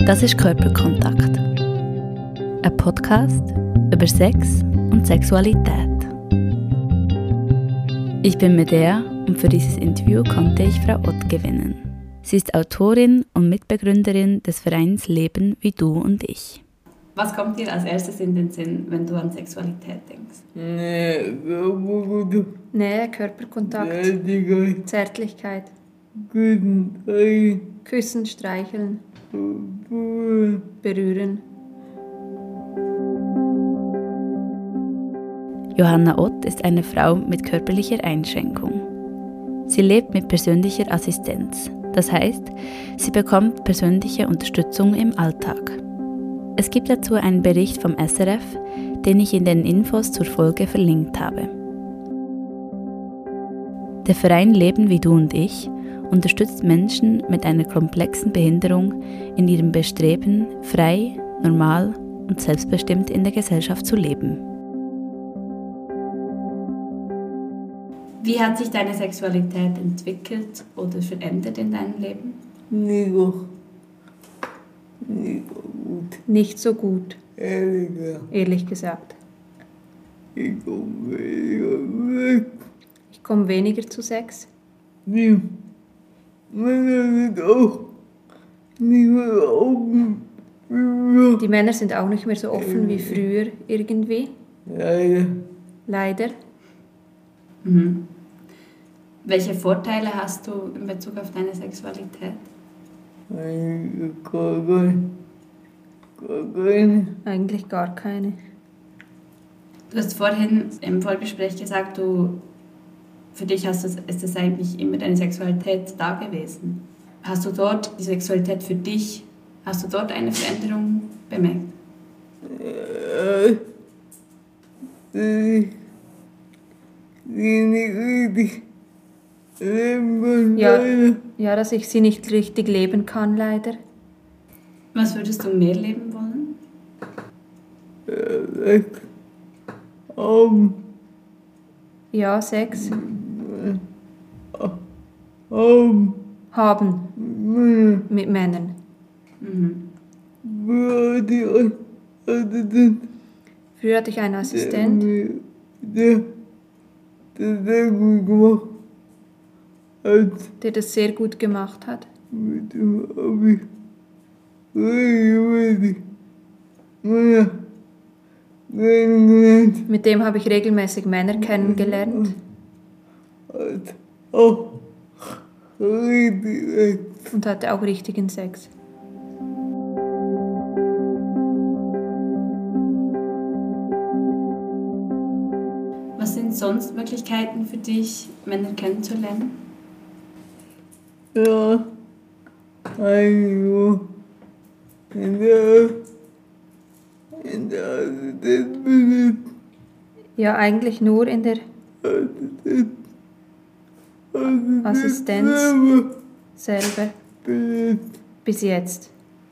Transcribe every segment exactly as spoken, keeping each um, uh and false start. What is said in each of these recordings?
Das ist Körperkontakt. Ein Podcast über Sex und Sexualität. Ich bin Medea und für dieses Interview konnte ich Frau Ott gewinnen. Sie ist Autorin und Mitbegründerin des Vereins Leben wie du und ich. Was kommt dir als erstes in den Sinn, wenn du an Sexualität denkst? Nähe, Körperkontakt, Zärtlichkeit, Küssen, Streicheln, Berühren. Johanna Ott ist eine Frau mit körperlicher Einschränkung. Sie lebt mit persönlicher Assistenz. Das heißt, sie bekommt persönliche Unterstützung im Alltag. Es gibt dazu einen Bericht vom S R F, den ich in den Infos zur Folge verlinkt habe. Der Verein Leben wie du und ich unterstützt Menschen mit einer komplexen Behinderung in ihrem Bestreben, frei, normal und selbstbestimmt in der Gesellschaft zu leben. Wie hat sich deine Sexualität entwickelt oder verändert in deinem Leben? Nicht gut. Nicht gut. Nicht so gut, Ehrlich gesagt. ehrlich gesagt. Ich komme weniger weg. Ich komme weniger zu Sex. Die Männer sind auch nicht mehr offen wie wir. Die Männer sind auch nicht mehr so offen wie früher irgendwie, Leider. leider. Mhm. Welche Vorteile hast du in Bezug auf deine Sexualität? Eigentlich gar keine. Gar keine. Eigentlich gar keine. Du hast vorhin im Vorgespräch gesagt, du, für dich hast es, ist es eigentlich immer deine Sexualität da gewesen. Hast du dort die Sexualität für dich, hast du dort eine Veränderung bemerkt? Ja, die, die nicht richtig leben kann, Ja. leider. Ja, dass ich sie nicht richtig leben kann, leider. Was würdest du mehr leben wollen? Ja, weg. Um, Ja, Sex um, haben Männer. mit Männern. Mhm. Wo die Assistent, Früher hatte ich einen Assistent, der, der sehr gut gemacht hat. der das sehr gut gemacht hat. Mit dem habe ich regelmäßig Männer kennengelernt. Mit dem habe ich regelmäßig Männer kennengelernt Hat auch richtig Sex. und hatte auch richtigen Sex. Was sind sonst Möglichkeiten für dich, Männer kennenzulernen? Ja, also in der, in der Assistenz Ja, eigentlich nur in der Assistenz, Assistenz selber selber bin bis jetzt.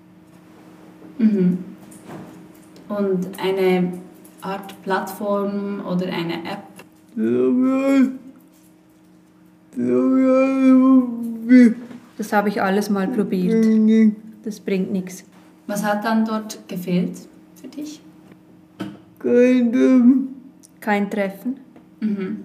Mhm. Und eine Art Plattform oder eine App? Das habe ich alles mal probiert. Das bringt nichts. Was hat dann dort gefehlt für dich? Kein Kein Treffen. Mhm.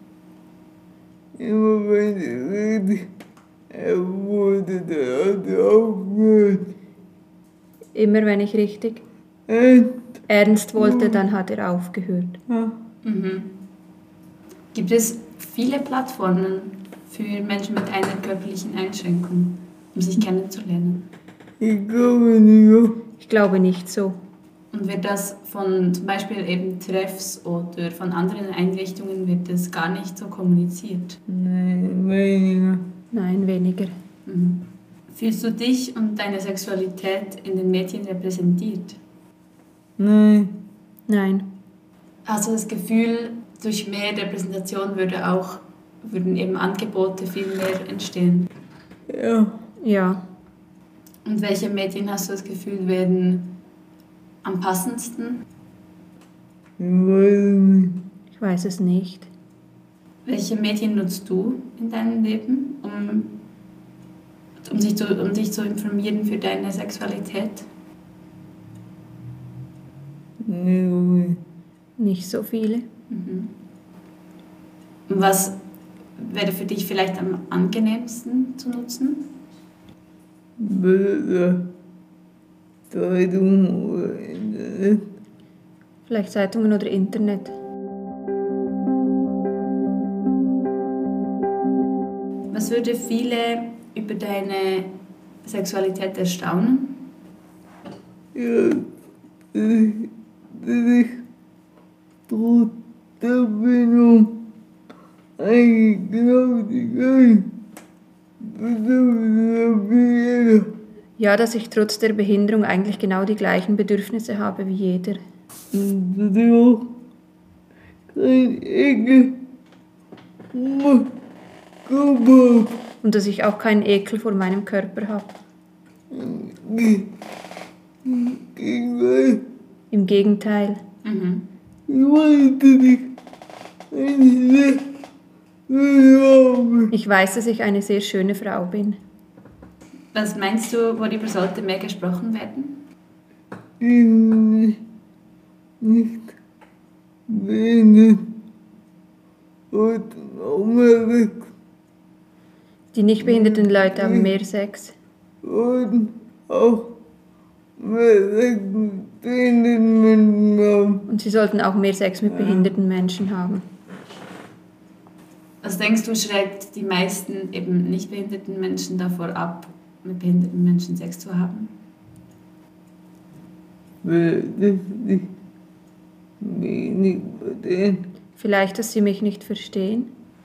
Immer wenn ich rede, er wurde der aufgehört. Immer wenn ich richtig Ernst? ernst wollte, dann hat er aufgehört. Ja. Mhm. Gibt es viele Plattformen für Menschen mit einer körperlichen Einschränkung, um sich kennenzulernen? Ich glaube nicht. Ich glaube nicht so. Und wird das von zum Beispiel eben Treffs oder von anderen Einrichtungen wird das gar nicht so kommuniziert? Nein, weniger. Nein, weniger. Mhm. Fühlst du dich und deine Sexualität in den Medien repräsentiert? Nein. Nein. Hast du das Gefühl, durch mehr Repräsentation würde auch, würden eben Angebote viel mehr entstehen? Ja. Ja. Und welche Medien hast du das Gefühl, werden am passendsten? Ich weiß nicht. Ich weiß es nicht. Welche Medien nutzt du in deinem Leben, um um, sich zu, um dich zu informieren für deine Sexualität? Nee, Nicht so viele. Mhm. Und was wäre für dich vielleicht am angenehmsten zu nutzen? Bilder, Zeitung oder Internet. Vielleicht Zeitungen oder Internet. Was würde viele über deine Sexualität erstaunen? Ja, dass ich, dass ich trotz der Bindung eigentlich genau die gleichen Bedürfnisse habe wie jeder. Ja, dass ich trotz der Behinderung eigentlich genau die gleichen Bedürfnisse habe wie jeder. Und dass ich auch kein Ekel vor meinem Körper habe. Und dass ich auch keinen Ekel vor meinem Körper habe. Gegenteil, Im Gegenteil. Mhm. ich weiß, dass ich eine sehr schöne habe. Ich weiß, dass ich eine sehr schöne Frau bin. Was meinst du, worüber sollte mehr gesprochen werden? Die nicht, nicht behindert und auch mehr Sex Die nicht behinderten Leute haben mehr Sex. und auch mehr Sex mit behinderten Menschen haben. Und sie sollten auch mehr Sex mit behinderten Menschen haben. Was denkst du, schreckt die meisten eben nicht behinderten Menschen davor ab, mit behinderten Menschen Sex zu haben? Weil das nicht wenig verstehen Vielleicht, dass sie mich nicht verstehen.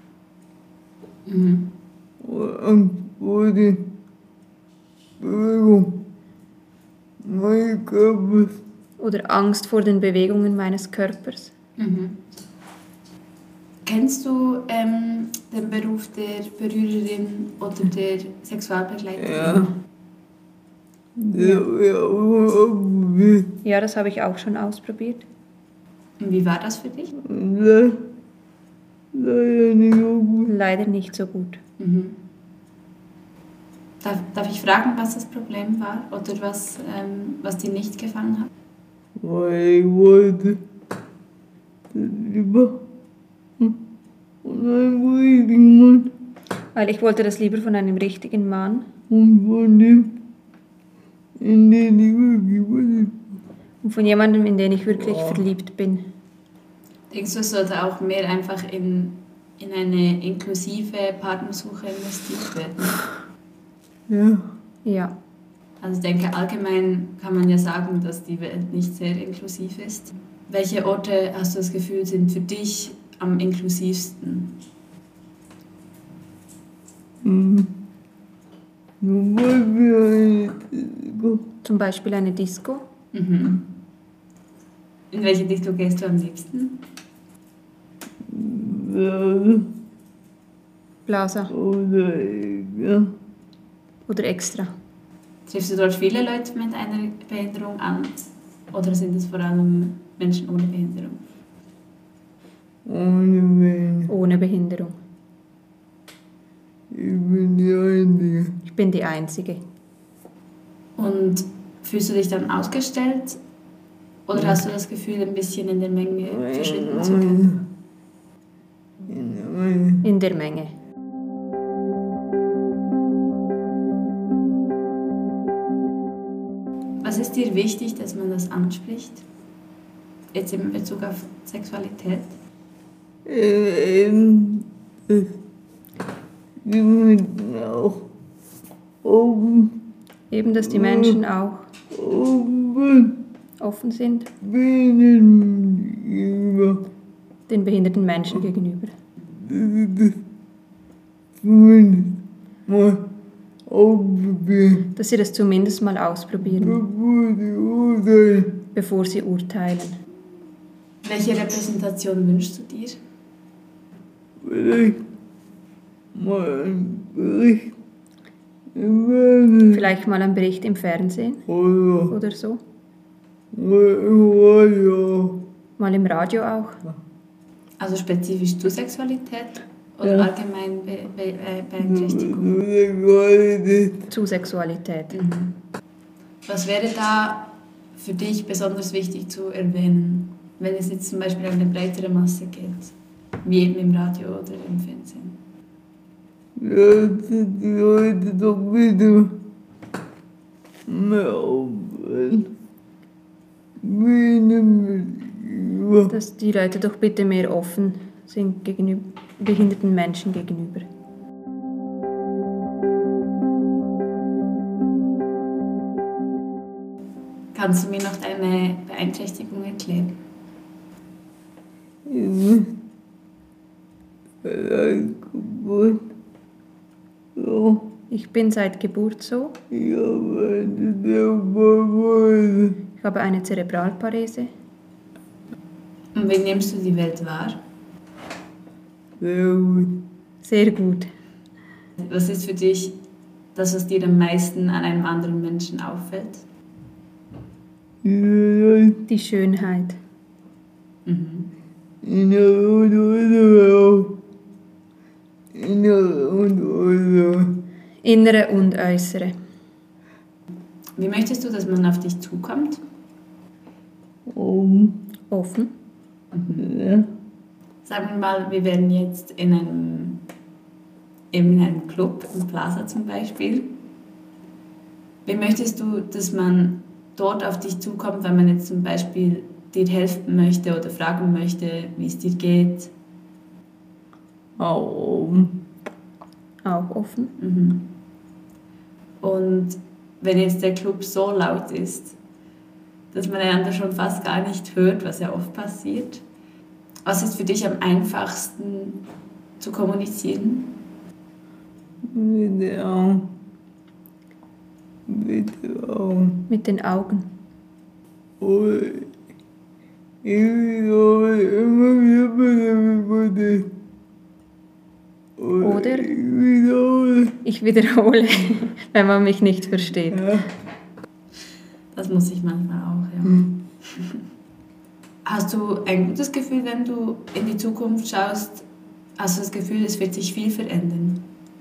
Mhm. und Angst vor der Bewegung meines Körpers. Oder Angst vor den Bewegungen meines Körpers. Mhm. Kennst du ähm, den Beruf der Berührerin oder der Sexualbegleiterin? Ja. Das habe ich auch ausprobiert. Ja, das habe ich auch schon ausprobiert. Und wie war das für dich? Und das leider nicht so gut. Leider nicht so gut. Mhm. Darf, darf ich fragen, was das Problem war oder was, ähm, was dir nicht gefallen hat? Weil ich wollte das lieber von einem richtigen Mann Weil ich wollte das lieber von einem richtigen Mann und von dem, in den ich wirklich verliebt und von jemandem, in den ich wirklich verliebt bin. Denkst du, es sollte auch mehr einfach in, in eine inklusive Partnersuche investiert werden? bin. Ja. Ja. Also ich denke, allgemein kann man ja sagen, dass die Welt nicht sehr inklusiv ist. Welche Orte, hast du das Gefühl, sind für dich am inklusivsten? Mhm. Nun wollen wir eine Disco. Zum Beispiel eine Disco. Mhm. In welche Disco gehst du am liebsten? Ja. Plaza. Oder ja. Oder extra. Triffst du dort viele Leute mit einer Behinderung an? Oder sind es vor allem Menschen ohne Behinderung? Ohne Beine. Ohne Behinderung. Ich bin die Einzige. Ich bin die Einzige. Und fühlst du dich dann ausgestellt? Oder hast du das Gefühl, ein bisschen in der Menge verschwinden zu können? In der Menge. In der Menge. Was ist dir wichtig, dass man das anspricht? Jetzt in Bezug auf Sexualität? Ähm, das die Menschen auch oben, Eben, dass die Menschen auch oben offen sind Bienen gegenüber. den behinderten Menschen gegenüber. Das ist das zumindest mal ausprobieren, Dass sie das zumindest mal ausprobieren, bevor sie urteilen. bevor sie urteilen. Welche Repräsentation wünschst du dir? Vielleicht mal ein Bericht im Fernsehen Vielleicht mal ein Bericht im Fernsehen oder oder so. mal im Radio. Mal im Radio auch. Also spezifisch zur Sexualität? Oder ja. allgemein Be Be Be Beeinträchtigung? Sexualität. Zu Sexualität. Mhm. Was wäre da für dich besonders wichtig zu erwähnen, wenn es jetzt zum Beispiel um eine breitere Masse geht, wie eben im Radio oder im Fernsehen? Lass die Leute doch bitte mehr aufhören. Dass die Leute doch bitte mehr offen sind gegenüber behinderten Menschen gegenüber. Kannst du mir noch deine Beeinträchtigung erklären? Ich bin seit Geburt so. Ich habe eine Zerebralparese. Und wie nimmst du die Welt wahr? Sehr gut. Sehr gut. Was ist für dich das, was dir am meisten an einem anderen Menschen auffällt? Die Schönheit. Mhm. Innere und äußere. Wie möchtest du, dass man auf dich zukommt? Um. Offen. Mhm. Ja. Sagen wir mal, wir wären jetzt in einem, in einem Club, im Plaza zum Beispiel. Wie möchtest du, dass man dort auf dich zukommt, wenn man jetzt zum Beispiel dir helfen möchte oder fragen möchte, wie es dir geht? Auch, Auch offen. Mhm. Und wenn jetzt der Club so laut ist, dass man einander schon fast gar nicht hört, was ja oft passiert, was ist für dich am einfachsten zu kommunizieren? Mit den Augen. Mit den Augen. Mit den Augen. Und ich wiederhole immer wieder mit dem Oder ich wiederhole. Ich wiederhole, wenn man mich nicht versteht. Ja. Das muss ich manchmal auch, ja. Hm. Hast du ein gutes Gefühl, wenn du in die Zukunft schaust? Hast du das Gefühl, es wird sich viel verändern?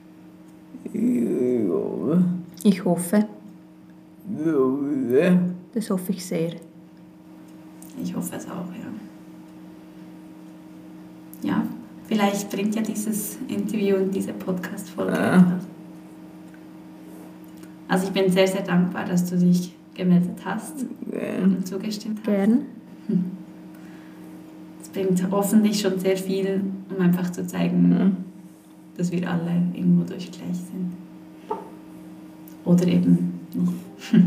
Ich hoffe. Ich hoffe. So sehr. Das hoffe ich sehr. Ich hoffe es auch, ja. Ja, vielleicht bringt ja dieses Interview und diese Podcast-Folge Ja. etwas. Also ich bin sehr, sehr dankbar, dass du dich gemeldet hast Gern. und zugestimmt hast. Gern. Es bringt hoffentlich schon sehr viel, um einfach zu zeigen, Ja. dass wir alle irgendwo durch gleich sind. Oder eben nicht.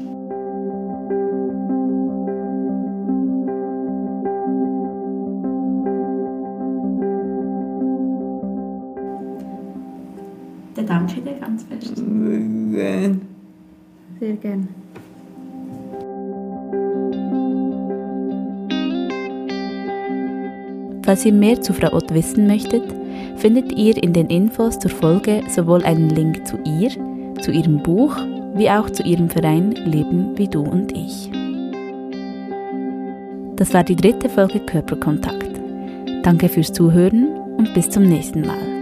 Da danke dir ganz fest. Gern. Sehr gern. Falls ihr mehr zu Frau Ott wissen möchtet, findet ihr in den Infos zur Folge sowohl einen Link zu ihr, zu ihrem Buch, wie auch zu ihrem Verein Leben wie du und ich. Das war die dritte Folge Körperkontakt. Danke fürs Zuhören und bis zum nächsten Mal.